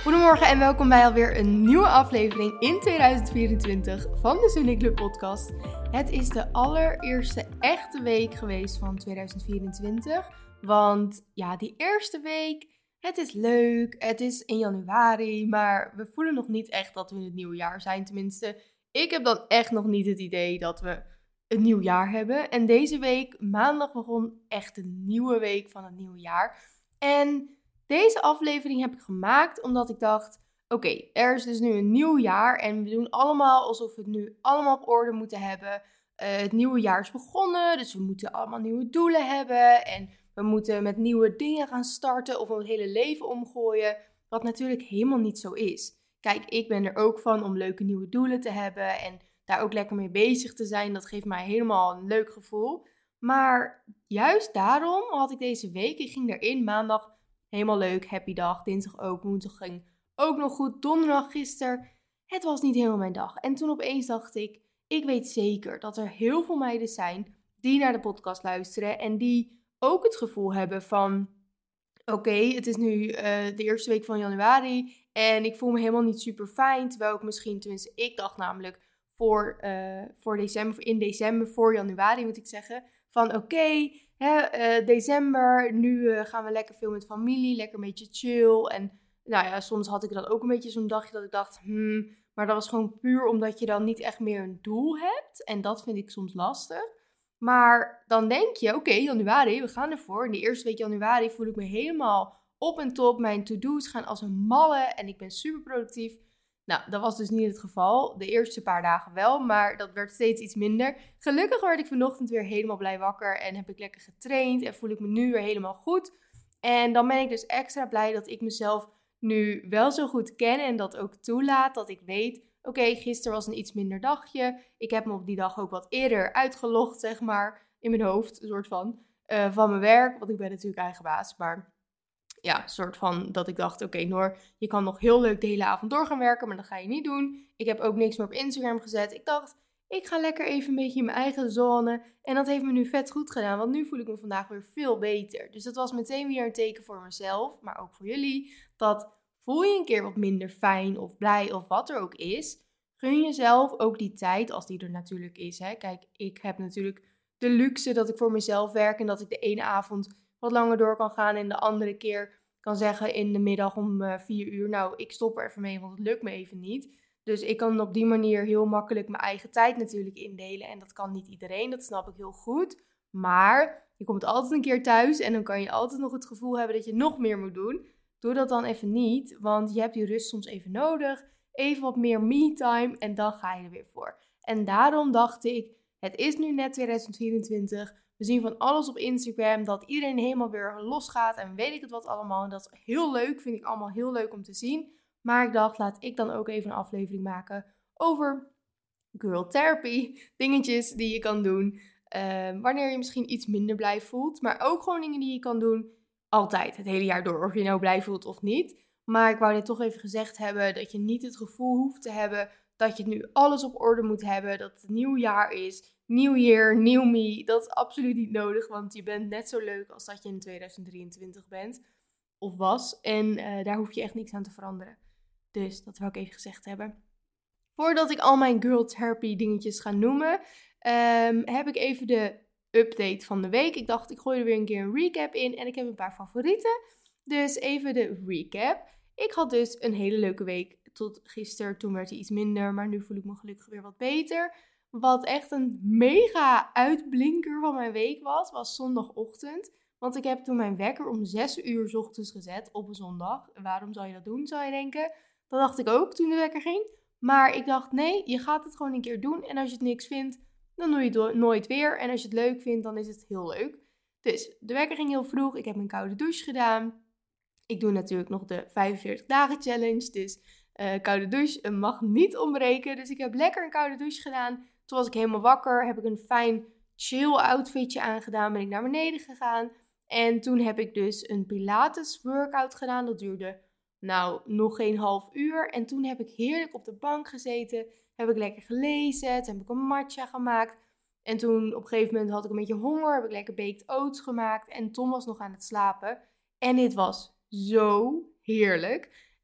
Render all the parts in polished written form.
Goedemorgen en welkom bij alweer een nieuwe aflevering in 2024 van de Sunny Club podcast. Het is de allereerste echte week geweest van 2024. Want ja, die eerste week, het is leuk, het is in januari, maar we voelen nog niet echt dat we in het nieuwe jaar zijn. Tenminste, ik heb dan echt nog niet het idee dat we een nieuw jaar hebben. En deze week, maandag, begon echt een nieuwe week van het nieuwe jaar. En deze aflevering heb ik gemaakt omdat ik dacht, oké, er is dus nu een nieuw jaar en we doen allemaal alsof we het nu allemaal op orde moeten hebben. Het nieuwe jaar is begonnen, dus we moeten allemaal nieuwe doelen hebben en we moeten met nieuwe dingen gaan starten of ons hele leven omgooien, wat natuurlijk helemaal niet zo is. Kijk, ik ben er ook van om leuke nieuwe doelen te hebben en daar ook lekker mee bezig te zijn. Dat geeft mij helemaal een leuk gevoel. Maar juist daarom had ik deze week, ik ging erin maandag, helemaal leuk, happy dag, dinsdag ook, woensdag ging ook nog goed, donderdag gisteren. Het was niet helemaal mijn dag. En toen opeens dacht ik weet zeker dat er heel veel meiden zijn die naar de podcast luisteren en die ook het gevoel hebben van, oké, het is nu de eerste week van januari en ik voel me helemaal niet super fijn. Terwijl ik misschien, tenminste ik dacht namelijk voor december, in december, voor januari moet ik zeggen, van oké, december, nu gaan we lekker veel met familie, lekker een beetje chill. En nou ja, soms had ik dan ook een beetje zo'n dagje dat ik dacht, maar dat was gewoon puur omdat je dan niet echt meer een doel hebt. En dat vind ik soms lastig. Maar dan denk je, oké, januari, we gaan ervoor. In de eerste week januari voel ik me helemaal op en top. Mijn to-do's gaan als een malle en ik ben super productief. Nou, dat was dus niet het geval. De eerste paar dagen wel, maar dat werd steeds iets minder. Gelukkig werd ik vanochtend weer helemaal blij wakker en heb ik lekker getraind en voel ik me nu weer helemaal goed. En dan ben ik dus extra blij dat ik mezelf nu wel zo goed ken en dat ook toelaat, dat ik weet, oké, gisteren was een iets minder dagje. Ik heb me op die dag ook wat eerder uitgelogd, zeg maar, in mijn hoofd, een soort van mijn werk. Want ik ben natuurlijk eigen baas, maar ja, een soort van dat ik dacht, oké, Noor, je kan nog heel leuk de hele avond door gaan werken, maar dat ga je niet doen. Ik heb ook niks meer op Instagram gezet. Ik dacht, ik ga lekker even een beetje in mijn eigen zone. En dat heeft me nu vet goed gedaan, want nu voel ik me vandaag weer veel beter. Dus dat was meteen weer een teken voor mezelf, maar ook voor jullie. Dat voel je een keer wat minder fijn of blij of wat er ook is. Gun jezelf ook die tijd, als die er natuurlijk is. Hè. Kijk, ik heb natuurlijk de luxe dat ik voor mezelf werk en dat ik de ene avond wat langer door kan gaan en de andere keer kan zeggen in de middag om 4 uur, nou, ik stop er even mee, want het lukt me even niet. Dus ik kan op die manier heel makkelijk mijn eigen tijd natuurlijk indelen en dat kan niet iedereen, dat snap ik heel goed. Maar je komt altijd een keer thuis en dan kan je altijd nog het gevoel hebben dat je nog meer moet doen. Doe dat dan even niet, want je hebt die rust soms even nodig, even wat meer me-time en dan ga je er weer voor. En daarom dacht ik, het is nu net 2024, we zien van alles op Instagram, dat iedereen helemaal weer losgaat en weet ik het wat allemaal. En dat is heel leuk, vind ik allemaal heel leuk om te zien. Maar ik dacht, laat ik dan ook even een aflevering maken over girl therapy. Dingetjes die je kan doen wanneer je misschien iets minder blij voelt. Maar ook gewoon dingen die je kan doen altijd, het hele jaar door. Of je nou blij voelt of niet. Maar ik wou dit toch even gezegd hebben, dat je niet het gevoel hoeft te hebben dat je nu alles op orde moet hebben. Dat het nieuw jaar is. New year, new me, dat is absoluut niet nodig, want je bent net zo leuk als dat je in 2023 bent, of was, en daar hoef je echt niks aan te veranderen. Dus dat wil ik even gezegd hebben. Voordat ik al mijn girl therapy dingetjes ga noemen, heb ik even de update van de week. Ik dacht, ik gooi er weer een keer een recap in en ik heb een paar favorieten. Dus even de recap. Ik had dus een hele leuke week tot gisteren, toen werd hij iets minder, maar nu voel ik me gelukkig weer wat beter. Wat echt een mega uitblinker van mijn week was zondagochtend. Want ik heb toen mijn wekker om 6 uur 's ochtends gezet op een zondag. Waarom zou je dat doen, zou je denken? Dat dacht ik ook toen de wekker ging. Maar ik dacht, nee, je gaat het gewoon een keer doen. En als je het niks vindt, dan doe je het nooit weer. En als je het leuk vindt, dan is het heel leuk. Dus de wekker ging heel vroeg. Ik heb een koude douche gedaan. Ik doe natuurlijk nog de 45 dagen challenge. Dus koude douche mag niet ontbreken. Dus ik heb lekker een koude douche gedaan. Toen was ik helemaal wakker, heb ik een fijn chill outfitje aangedaan, ben ik naar beneden gegaan. En toen heb ik dus een Pilates workout gedaan, dat duurde nog geen half uur. En toen heb ik heerlijk op de bank gezeten, heb ik lekker gelezen, toen heb ik een matcha gemaakt. En toen op een gegeven moment had ik een beetje honger, heb ik lekker baked oats gemaakt. En Tom was nog aan het slapen. En dit was zo heerlijk.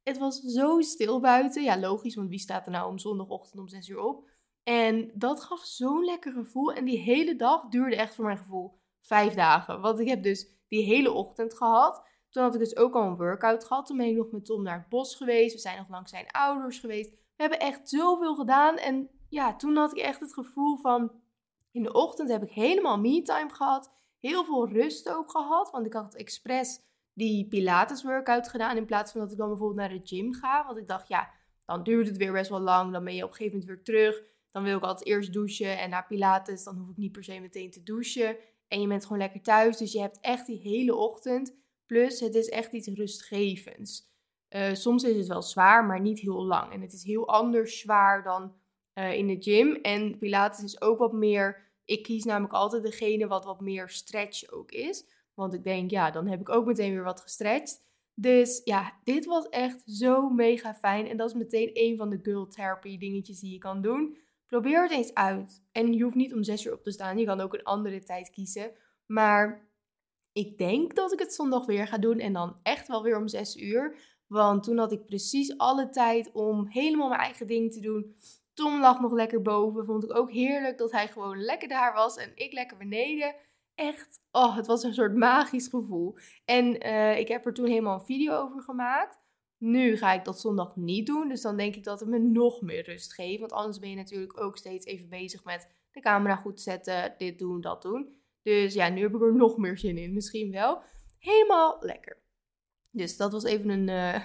Het was zo stil buiten. Ja, logisch, want wie staat er nou om zondagochtend om 6 uur op? En dat gaf zo'n lekker gevoel. En die hele dag duurde echt voor mijn gevoel 5 dagen. Want ik heb dus die hele ochtend gehad. Toen had ik dus ook al een workout gehad. Toen ben ik nog met Tom naar het bos geweest. We zijn nog langs zijn ouders geweest. We hebben echt zoveel gedaan. En ja, toen had ik echt het gevoel van... In de ochtend heb ik helemaal me-time gehad. Heel veel rust ook gehad. Want ik had expres die Pilates workout gedaan. In plaats van dat ik dan bijvoorbeeld naar de gym ga. Want ik dacht, ja, dan duurt het weer best wel lang. Dan ben je op een gegeven moment weer terug. Dan wil ik altijd eerst douchen. En na Pilates, dan hoef ik niet per se meteen te douchen. En je bent gewoon lekker thuis. Dus je hebt echt die hele ochtend. Plus, het is echt iets rustgevends. Soms is het wel zwaar, maar niet heel lang. En het is heel anders zwaar dan in de gym. En Pilates is ook wat meer... Ik kies namelijk altijd degene wat meer stretch ook is. Want ik denk, ja, dan heb ik ook meteen weer wat gestretched. Dus ja, dit was echt zo mega fijn. En dat is meteen een van de girl therapy dingetjes die je kan doen. Probeer het eens uit. En je hoeft niet om 6 uur op te staan. Je kan ook een andere tijd kiezen. Maar ik denk dat ik het zondag weer ga doen. En dan echt wel weer om 6 uur. Want toen had ik precies alle tijd om helemaal mijn eigen ding te doen. Tom lag nog lekker boven. Vond ik ook heerlijk dat hij gewoon lekker daar was. En ik lekker beneden. Echt, het was een soort magisch gevoel. En ik heb er toen helemaal een video over gemaakt. Nu ga ik dat zondag niet doen. Dus dan denk ik dat het me nog meer rust geeft. Want anders ben je natuurlijk ook steeds even bezig met de camera goed zetten. Dit doen, dat doen. Dus ja, nu heb ik er nog meer zin in. Misschien wel. Helemaal lekker. Dus dat was even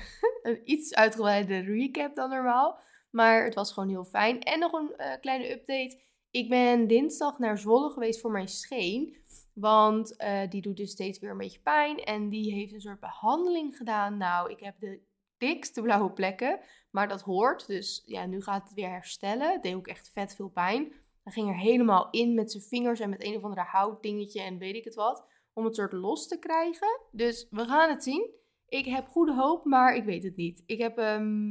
een iets uitgebreide recap dan normaal. Maar het was gewoon heel fijn. En nog een kleine update. Ik ben dinsdag naar Zwolle geweest voor mijn scheen. Want die doet dus steeds weer een beetje pijn. En die heeft een soort behandeling gedaan. Nou, ik heb de dikste blauwe plekken. Maar dat hoort. Dus ja, nu gaat het weer herstellen. Het deed ook echt vet veel pijn. Hij ging er helemaal in met zijn vingers en met een of andere houtdingetje en weet ik het wat. Om het soort los te krijgen. Dus we gaan het zien. Ik heb goede hoop, maar ik weet het niet. Ik heb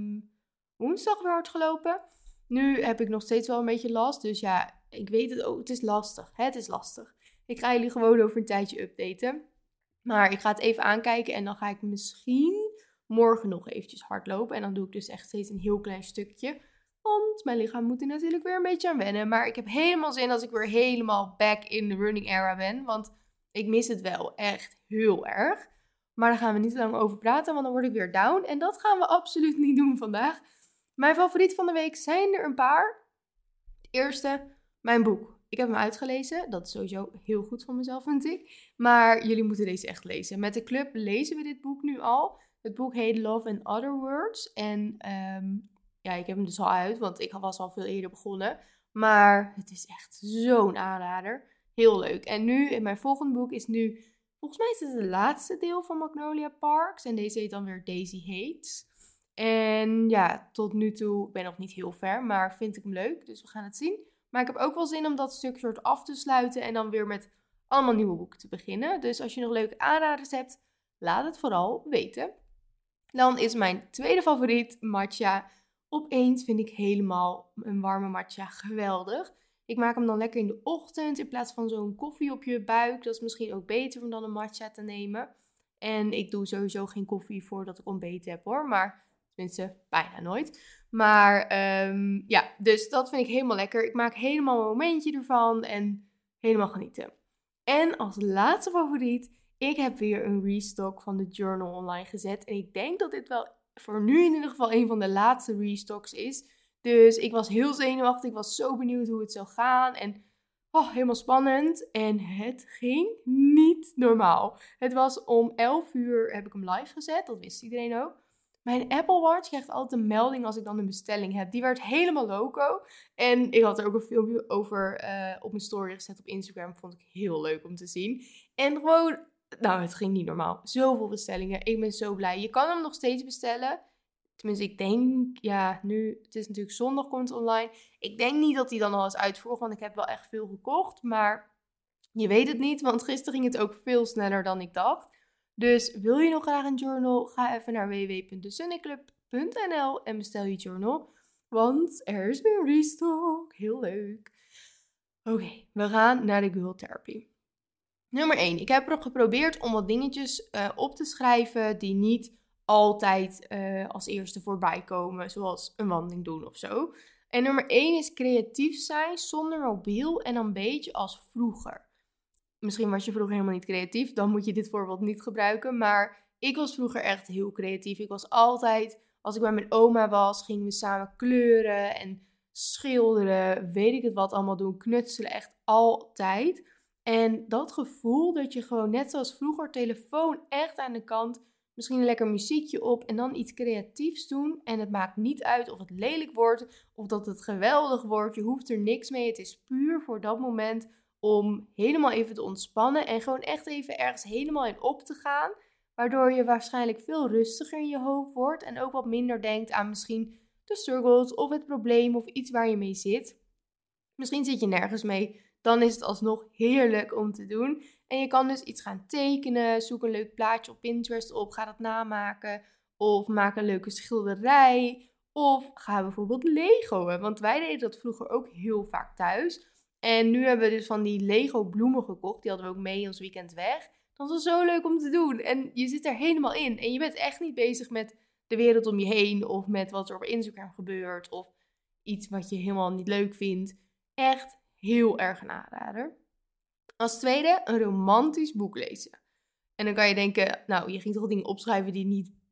woensdag weer hard gelopen. Nu heb ik nog steeds wel een beetje last. Dus ja, ik weet het ook. Het is lastig. Het is lastig. Ik ga jullie gewoon over een tijdje updaten. Maar ik ga het even aankijken. En dan ga ik misschien morgen nog eventjes hardlopen. En dan doe ik dus echt steeds een heel klein stukje. Want mijn lichaam moet er natuurlijk weer een beetje aan wennen. Maar ik heb helemaal zin als ik weer helemaal back in de running era ben. Want ik mis het wel echt heel erg. Maar daar gaan we niet te lang over praten, want dan word ik weer down. En dat gaan we absoluut niet doen vandaag. Mijn favoriet van de week zijn er een paar. Het eerste, mijn boek. Ik heb hem uitgelezen. Dat is sowieso heel goed van mezelf, vind ik. Maar jullie moeten deze echt lezen. Met de club lezen we dit boek nu al. Het boek heet Love and Other Words. En ja, ik heb hem dus al uit, want ik was al veel eerder begonnen. Maar het is echt zo'n aanrader. Heel leuk. En nu, in mijn volgende boek is nu... Volgens mij is het het laatste deel van Magnolia Parks. En deze heet dan weer Daisy Hates. En ja, tot nu toe, ik ben nog niet heel ver, maar vind ik hem leuk. Dus we gaan het zien. Maar ik heb ook wel zin om dat stuk soort af te sluiten. En dan weer met allemaal nieuwe boeken te beginnen. Dus als je nog leuke aanraders hebt, laat het vooral weten. Dan is mijn tweede favoriet matcha. Opeens vind ik helemaal een warme matcha geweldig. Ik maak hem dan lekker in de ochtend in plaats van zo'n koffie op je buik. Dat is misschien ook beter om dan een matcha te nemen. En ik doe sowieso geen koffie voordat ik ontbeten heb hoor. Maar tenminste, bijna nooit. Maar ja, dus dat vind ik helemaal lekker. Ik maak helemaal een momentje ervan en helemaal genieten. En als laatste favoriet, ik heb weer een restock van de journal online gezet. En ik denk dat dit wel voor nu in ieder geval een van de laatste restocks is. Dus ik was heel zenuwachtig. Ik was zo benieuwd hoe het zou gaan. En helemaal spannend. En het ging niet normaal. Het was om 11 uur heb ik hem live gezet. Dat wist iedereen ook. Mijn Apple Watch krijgt altijd een melding als ik dan een bestelling heb. Die werd helemaal loco. En ik had er ook een filmpje over op mijn story gezet op Instagram. Vond ik heel leuk om te zien. En gewoon, nou het ging niet normaal. Zoveel bestellingen. Ik ben zo blij. Je kan hem nog steeds bestellen. Tenminste, ik denk, ja, nu, het is natuurlijk zondag, komt het online. Ik denk niet dat hij dan al is uitverkocht, want ik heb wel echt veel gekocht. Maar je weet het niet, want gisteren ging het ook veel sneller dan ik dacht. Dus wil je nog graag een journal, ga even naar www.thesunnyclub.nl en bestel je journal. Want er is weer een restock. Heel leuk. Oké, we gaan naar de girl therapy. Nummer 1. Ik heb er geprobeerd om wat dingetjes op te schrijven die niet altijd als eerste voorbij komen, zoals een wandeling doen of zo. En nummer 1 is creatief zijn zonder mobiel en dan een beetje als vroeger. Misschien was je vroeger helemaal niet creatief, dan moet je dit voorbeeld niet gebruiken. Maar ik was vroeger echt heel creatief. Ik was altijd, als ik bij mijn oma was, gingen we samen kleuren en schilderen, weet ik het wat allemaal doen, knutselen, echt altijd. En dat gevoel dat je gewoon net zoals vroeger, telefoon echt aan de kant, misschien een lekker muziekje op en dan iets creatiefs doen. En het maakt niet uit of het lelijk wordt of dat het geweldig wordt. Je hoeft er niks mee. Het is puur voor dat moment om helemaal even te ontspannen en gewoon echt even ergens helemaal in op te gaan. Waardoor je waarschijnlijk veel rustiger in je hoofd wordt en ook wat minder denkt aan misschien de struggles of het probleem of iets waar je mee zit. Misschien zit je nergens mee, dan is het alsnog heerlijk om te doen. En je kan dus iets gaan tekenen, zoek een leuk plaatje op Pinterest op, ga dat namaken. Of maak een leuke schilderij. Of ga bijvoorbeeld Legoën, want wij deden dat vroeger ook heel vaak thuis. En nu hebben we dus van die Lego bloemen gekocht, die hadden we ook mee in ons weekend weg. Dat was zo leuk om te doen en je zit er helemaal in. En je bent echt niet bezig met de wereld om je heen of met wat er op Instagram gebeurt of iets wat je helemaal niet leuk vindt. Echt heel erg een aanrader. Als tweede, een romantisch boek lezen. En dan kan je denken, nou, je ging toch dingen opschrijven die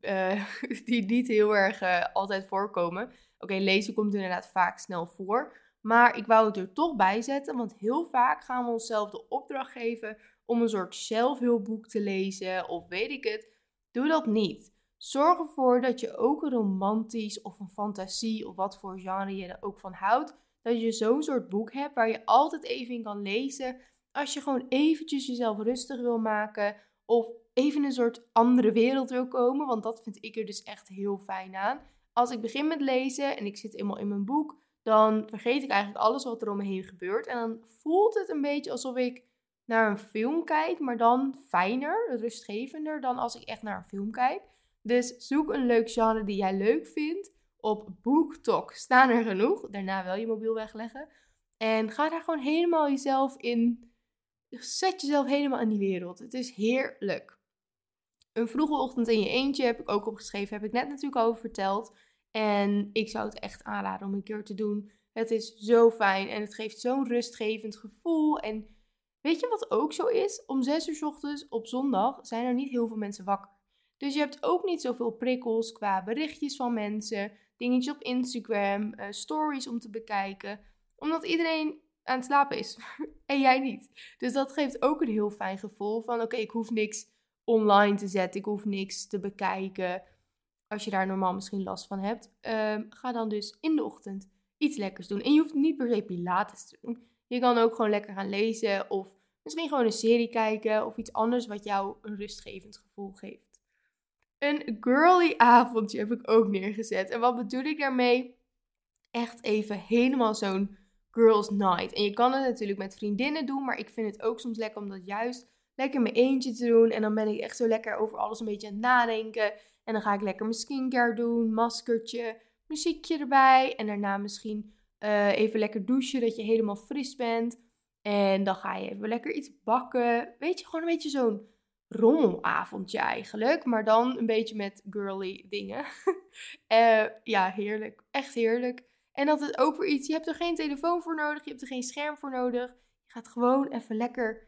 niet heel erg altijd voorkomen. Oké, lezen komt inderdaad vaak snel voor. Maar ik wou het er toch bij zetten, want heel vaak gaan we onszelf de opdracht geven om een soort zelfhulpboek te lezen of weet ik het. Doe dat niet. Zorg ervoor dat je ook een romantisch of een fantasie of wat voor genre je er ook van houdt, dat je zo'n soort boek hebt waar je altijd even in kan lezen als je gewoon eventjes jezelf rustig wil maken of even in een soort andere wereld wil komen, want dat vind ik er dus echt heel fijn aan. Als ik begin met lezen en ik zit eenmaal in mijn boek, dan vergeet ik eigenlijk alles wat er om me heen gebeurt en dan voelt het een beetje alsof ik naar een film kijk, maar dan fijner, rustgevender dan als ik echt naar een film kijk. Dus zoek een leuk genre die jij leuk vindt. Op BookTok staan er genoeg. Daarna wel je mobiel wegleggen. En ga daar gewoon helemaal jezelf in. Zet jezelf helemaal in die wereld. Het is heerlijk. Een vroege ochtend in je eentje heb ik ook opgeschreven. Heb ik net natuurlijk al over verteld. En ik zou het echt aanraden om een keer te doen. Het is zo fijn en het geeft zo'n rustgevend gevoel. En weet je wat ook zo is? Om 6 uur 's ochtends op zondag zijn er niet heel veel mensen wakker. Dus je hebt ook niet zoveel prikkels qua berichtjes van mensen, dingetjes op Instagram, stories om te bekijken. Omdat iedereen aan het slapen is. En jij niet. Dus dat geeft ook een heel fijn gevoel van oké, ik hoef niks online te zetten. Ik hoef niks te bekijken. Als je daar normaal misschien last van hebt. Ga dan dus in de ochtend iets lekkers doen. En je hoeft niet per se Pilates te doen. Je kan ook gewoon lekker gaan lezen. Of misschien gewoon een serie kijken. Of iets anders wat jou een rustgevend gevoel geeft. Een girly avondje heb ik ook neergezet. En wat bedoel ik daarmee? Echt even helemaal zo'n girls night. En je kan het natuurlijk met vriendinnen doen. Maar ik vind het ook soms lekker om dat juist lekker in mijn eentje te doen. En dan ben ik echt zo lekker over alles een beetje aan het nadenken. En dan ga ik lekker mijn skincare doen, maskertje, muziekje erbij. En daarna misschien even lekker douchen, dat je helemaal fris bent. En dan ga je even lekker iets bakken. Weet je, gewoon een beetje zo'n rommelavondje eigenlijk. Maar dan een beetje met girly dingen. Ja, heerlijk. Echt heerlijk. En dat is ook weer iets, je hebt er geen telefoon voor nodig. Je hebt er geen scherm voor nodig. Je gaat gewoon even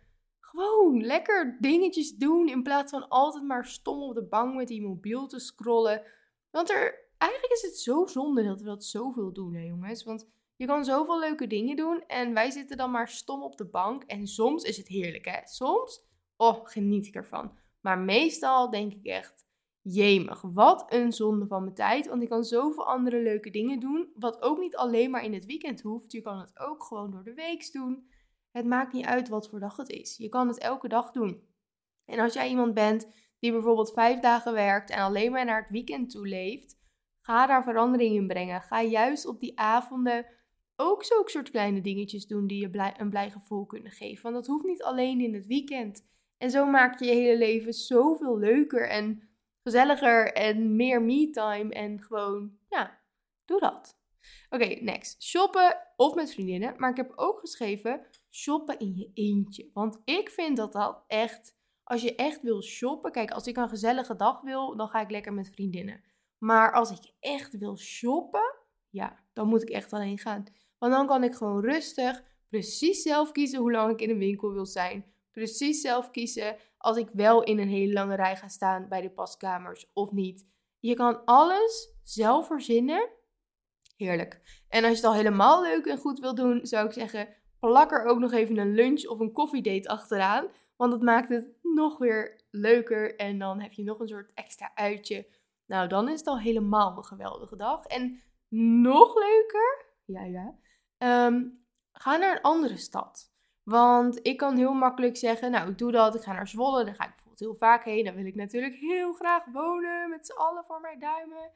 lekker dingetjes doen in plaats van altijd maar stom op de bank met die mobiel te scrollen. Want eigenlijk is het zo zonde dat we dat zoveel doen, hè jongens. Want je kan zoveel leuke dingen doen en wij zitten dan maar stom op de bank. En soms is het heerlijk, hè. Soms, geniet ik ervan. Maar meestal denk ik echt, jemig, wat een zonde van mijn tijd. Want ik kan zoveel andere leuke dingen doen, wat ook niet alleen maar in het weekend hoeft. Je kan het ook gewoon door de week doen. Het maakt niet uit wat voor dag het is. Je kan het elke dag doen. En als jij iemand bent die bijvoorbeeld 5 dagen werkt en alleen maar naar het weekend toe leeft, ga daar verandering in brengen. Ga juist op die avonden ook zulke soort kleine dingetjes doen die je een blij gevoel kunnen geven. Want dat hoeft niet alleen in het weekend. En zo maak je je hele leven zoveel leuker en gezelliger en meer me-time. En gewoon, ja, doe dat. Oké, next. Shoppen of met vriendinnen. Maar ik heb ook geschreven shoppen in je eentje. Want ik vind dat echt Als je echt wil shoppen, kijk, als ik een gezellige dag wil, dan ga ik lekker met vriendinnen. Maar als ik echt wil shoppen, ja, dan moet ik echt alleen gaan. Want dan kan ik gewoon rustig, precies zelf kiezen hoe lang ik in een winkel wil zijn. Precies zelf kiezen als ik wel in een hele lange rij ga staan bij de paskamers of niet. Je kan alles zelf verzinnen. Heerlijk. En als je het al helemaal leuk en goed wil doen, zou ik zeggen, plak er ook nog even een lunch of een koffiedate achteraan. Want dat maakt het nog weer leuker en dan heb je nog een soort extra uitje. Nou, dan is het al helemaal een geweldige dag. En nog leuker, ga naar een andere stad. Want ik kan heel makkelijk zeggen, nou, ik doe dat, ik ga naar Zwolle, daar ga ik bijvoorbeeld heel vaak heen. Dan wil ik natuurlijk heel graag wonen, met z'n allen voor mijn duimen.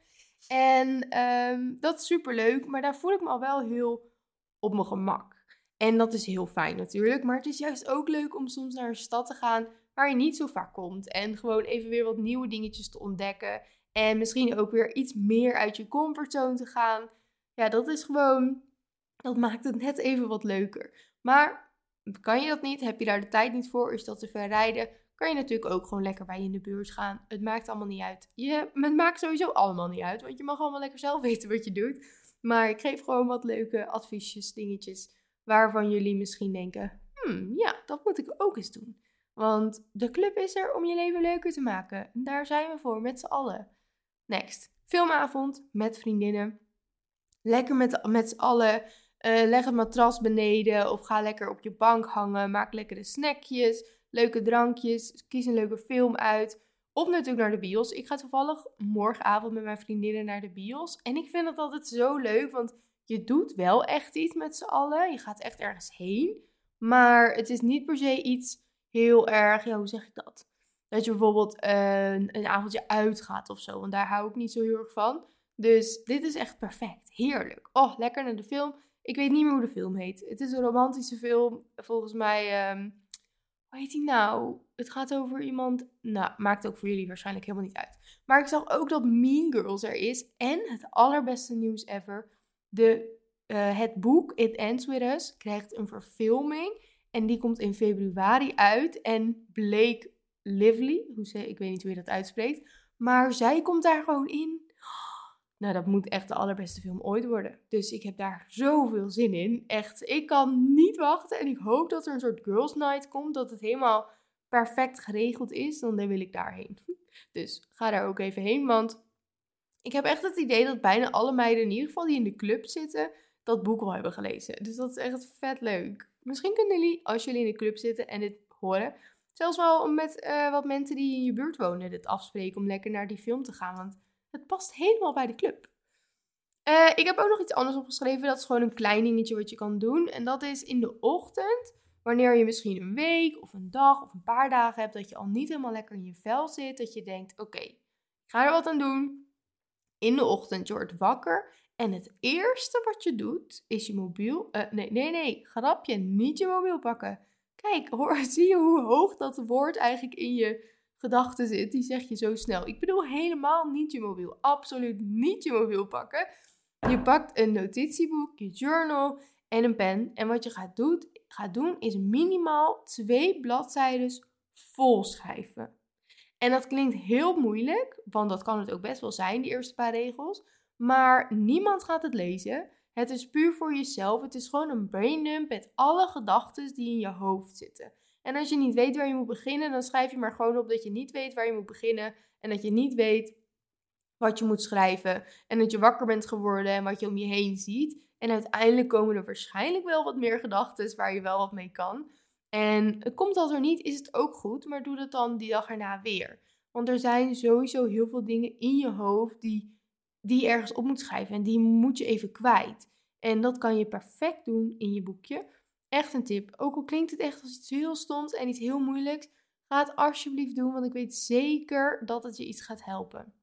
En dat is superleuk, maar daar voel ik me al wel heel op mijn gemak. En dat is heel fijn natuurlijk, maar het is juist ook leuk om soms naar een stad te gaan waar je niet zo vaak komt. En gewoon even weer wat nieuwe dingetjes te ontdekken. En misschien ook weer iets meer uit je comfortzone te gaan. Ja, dat is gewoon, dat maakt het net even wat leuker. Maar kan je dat niet, heb je daar de tijd niet voor, is dat te ver rijden, kan je natuurlijk ook gewoon lekker bij je in de buurt gaan. Het maakt allemaal niet uit. Het maakt sowieso allemaal niet uit, want je mag allemaal lekker zelf weten wat je doet. Maar ik geef gewoon wat leuke adviesjes, dingetjes, waarvan jullie misschien denken, ja, dat moet ik ook eens doen. Want de club is er om je leven leuker te maken. En daar zijn we voor, met z'n allen. Next, filmavond met vriendinnen. Lekker met z'n allen. Leg het matras beneden of ga lekker op je bank hangen. Maak lekkere snackjes, leuke drankjes. Kies een leuke film uit. Of natuurlijk naar de bios. Ik ga toevallig morgenavond met mijn vriendinnen naar de bios. En ik vind dat altijd zo leuk, want je doet wel echt iets met z'n allen. Je gaat echt ergens heen. Maar het is niet per se iets heel erg, ja, hoe zeg ik dat? Dat je bijvoorbeeld een avondje uitgaat of zo. Want daar hou ik niet zo heel erg van. Dus dit is echt perfect. Heerlijk. Oh, lekker naar de film. Ik weet niet meer hoe de film heet. Het is een romantische film. Volgens mij, hoe heet die nou? Het gaat over iemand. Nou, maakt ook voor jullie waarschijnlijk helemaal niet uit. Maar ik zag ook dat Mean Girls er is. En het allerbeste nieuws ever. Het boek It Ends With Us krijgt een verfilming. En die komt in februari uit. En Blake Lively, ik weet niet hoe je dat uitspreekt. Maar zij komt daar gewoon in. Nou, dat moet echt de allerbeste film ooit worden. Dus ik heb daar zoveel zin in. Echt, ik kan niet wachten. En ik hoop dat er een soort girls night komt. Dat het helemaal perfect geregeld is. Dan wil ik daarheen. Dus ga daar ook even heen. Want ik heb echt het idee dat bijna alle meiden, in ieder geval die in de club zitten, dat boek al hebben gelezen. Dus dat is echt vet leuk. Misschien kunnen jullie, als jullie in de club zitten en dit horen, zelfs wel met wat mensen die in je buurt wonen, dit afspreken om lekker naar die film te gaan. Want het past helemaal bij de club. Ik heb ook nog iets anders opgeschreven. Dat is gewoon een klein dingetje wat je kan doen. En dat is in de ochtend, wanneer je misschien een week of een dag of een paar dagen hebt, dat je al niet helemaal lekker in je vel zit. Dat je denkt, oké, ik ga er wat aan doen. In de ochtend, je wordt wakker. En het eerste wat je doet, is je mobiel. Nee, grapje, niet je mobiel pakken. Kijk, zie je hoe hoog dat woord eigenlijk in je gedachten zit? Die zeg je zo snel. Ik bedoel helemaal niet je mobiel. Absoluut niet je mobiel pakken. Je pakt een notitieboek, je journal en een pen. En wat je gaat doen is minimaal 2 bladzijden vol schrijven. En dat klinkt heel moeilijk, want dat kan het ook best wel zijn, die eerste paar regels. Maar niemand gaat het lezen. Het is puur voor jezelf. Het is gewoon een braindump met alle gedachten die in je hoofd zitten. En als je niet weet waar je moet beginnen, dan schrijf je maar gewoon op dat je niet weet waar je moet beginnen. En dat je niet weet wat je moet schrijven. En dat je wakker bent geworden en wat je om je heen ziet. En uiteindelijk komen er waarschijnlijk wel wat meer gedachten waar je wel wat mee kan. En komt dat er niet, is het ook goed. Maar doe dat dan die dag erna weer. Want er zijn sowieso heel veel dingen in je hoofd die je ergens op moet schrijven. En die moet je even kwijt. En dat kan je perfect doen in je boekje. Echt een tip. Ook al klinkt het echt als iets heel stoms en iets heel moeilijks. Ga het alsjeblieft doen, want ik weet zeker dat het je iets gaat helpen.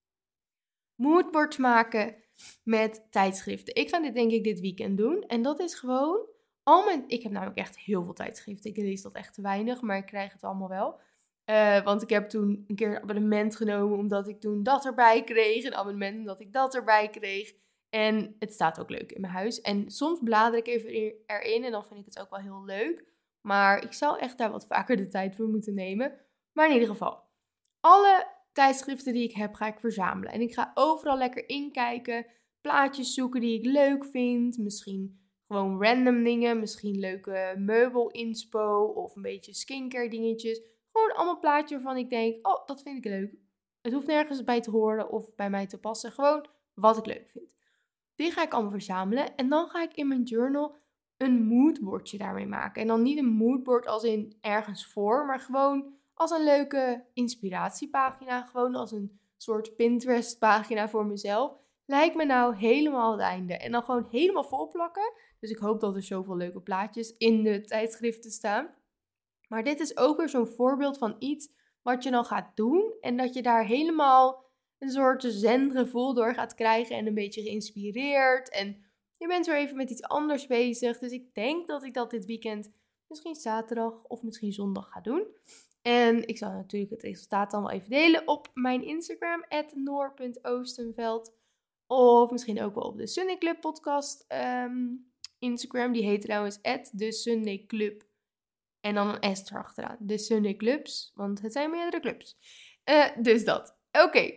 Moodboards maken met tijdschriften. Ik ga dit denk ik dit weekend doen. En dat is gewoon ik heb namelijk echt heel veel tijdschriften. Ik lees dat echt te weinig, maar ik krijg het allemaal wel. Want ik heb toen een keer een abonnement genomen omdat ik toen dat erbij kreeg. Een abonnement omdat ik dat erbij kreeg. En het staat ook leuk in mijn huis. En soms blader ik even erin en dan vind ik het ook wel heel leuk. Maar ik zou echt daar wat vaker de tijd voor moeten nemen. Maar in ieder geval, alle tijdschriften die ik heb, ga ik verzamelen. En ik ga overal lekker inkijken, plaatjes zoeken die ik leuk vind. Misschien gewoon random dingen, misschien leuke meubelinspo of een beetje skincare dingetjes. Gewoon allemaal plaatjes waarvan ik denk, oh, dat vind ik leuk. Het hoeft nergens bij te horen of bij mij te passen. Gewoon wat ik leuk vind. Die ga ik allemaal verzamelen. En dan ga ik in mijn journal een moodboardje daarmee maken. En dan niet een moodboard als in ergens voor, maar gewoon als een leuke inspiratiepagina. Gewoon als een soort Pinterest pagina voor mezelf. Lijkt me nou helemaal het einde. En dan gewoon helemaal vol plakken. Dus ik hoop dat er zoveel leuke plaatjes in de tijdschriften staan. Maar dit is ook weer zo'n voorbeeld van iets wat je dan gaat doen. En dat je daar helemaal een soort zen-gevoel door gaat krijgen. En een beetje geïnspireerd. En je bent weer even met iets anders bezig. Dus ik denk dat ik dat dit weekend, misschien zaterdag of misschien zondag ga doen. En ik zal natuurlijk het resultaat dan wel even delen op mijn Instagram, @noor.oostenveld. Of misschien ook wel op de Sunday Club podcast Instagram. Die heet trouwens @theSundayClub. En dan een S erachteraan. De Sunday Clubs. Want het zijn meerdere clubs. Dus dat. Oké.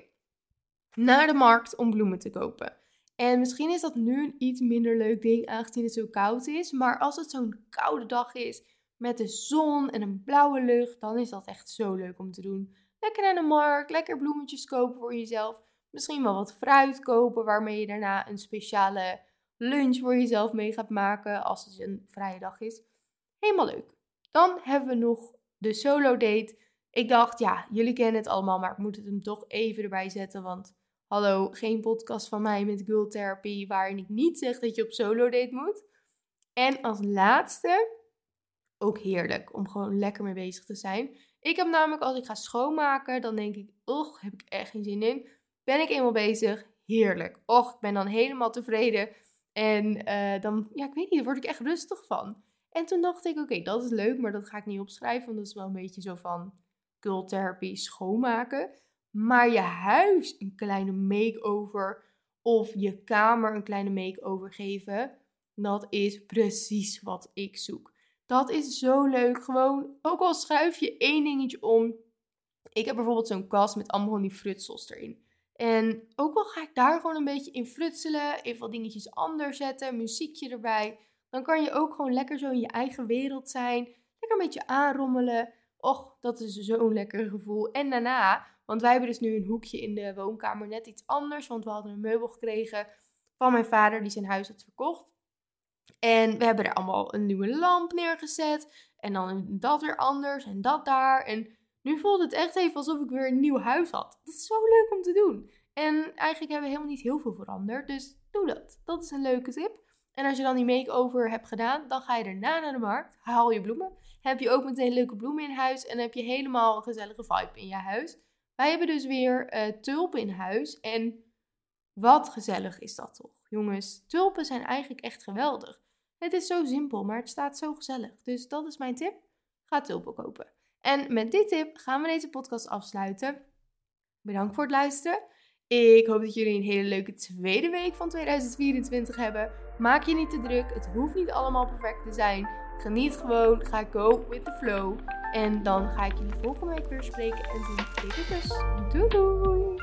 Naar de markt om bloemen te kopen. En misschien is dat nu een iets minder leuk ding, aangezien het zo koud is. Maar als het zo'n koude dag is, met de zon en een blauwe lucht, dan is dat echt zo leuk om te doen. Lekker naar de markt, lekker bloemetjes kopen voor jezelf. Misschien wel wat fruit kopen, waarmee je daarna een speciale lunch voor jezelf mee gaat maken, als het een vrije dag is. Helemaal leuk. Dan hebben we nog de solo date. Ik dacht, ja, jullie kennen het allemaal, maar ik moet het hem toch even erbij zetten, want hallo, geen podcast van mij met Girl Therapy, waarin ik niet zeg dat je op solo date moet. En als laatste, ook heerlijk om gewoon lekker mee bezig te zijn. Ik heb namelijk, als ik ga schoonmaken, dan denk ik, heb ik echt geen zin in. Ben ik eenmaal bezig, heerlijk. Ik ben dan helemaal tevreden. En dan, ja, ik weet niet, daar word ik echt rustig van. En toen dacht ik, oké, dat is leuk, maar dat ga ik niet opschrijven, want dat is wel een beetje zo van Girl Therapy schoonmaken. Maar je huis een kleine make-over of je kamer een kleine make-over geven, dat is precies wat ik zoek. Dat is zo leuk. Gewoon, ook al schuif je één dingetje om. Ik heb bijvoorbeeld zo'n kast met allemaal van die frutsels erin. En ook al ga ik daar gewoon een beetje in frutselen, even wat dingetjes anders zetten, muziekje erbij. Dan kan je ook gewoon lekker zo in je eigen wereld zijn. Lekker een beetje aanrommelen. Dat is zo'n lekker gevoel. En daarna, want wij hebben dus nu een hoekje in de woonkamer, net iets anders. Want we hadden een meubel gekregen van mijn vader die zijn huis had verkocht. En we hebben er allemaal een nieuwe lamp neergezet. En dan dat weer anders en dat daar. En nu voelt het echt even alsof ik weer een nieuw huis had. Dat is zo leuk om te doen. En eigenlijk hebben we helemaal niet heel veel veranderd. Dus doe dat. Dat is een leuke tip. En als je dan die make-over hebt gedaan, dan ga je daarna naar de markt. Haal je bloemen. Heb je ook meteen leuke bloemen in huis. En heb je helemaal een gezellige vibe in je huis. Wij hebben dus weer tulpen in huis. En wat gezellig is dat toch. Jongens, tulpen zijn eigenlijk echt geweldig. Het is zo simpel, maar het staat zo gezellig. Dus dat is mijn tip. Ga tulpen kopen. En met die tip gaan we deze podcast afsluiten. Bedankt voor het luisteren. Ik hoop dat jullie een hele leuke tweede week van 2024 hebben. Maak je niet te druk. Het hoeft niet allemaal perfect te zijn. Geniet gewoon. Ga go with the flow. En dan ga ik jullie volgende week weer spreken en doen. Dikke kus. Doei doei.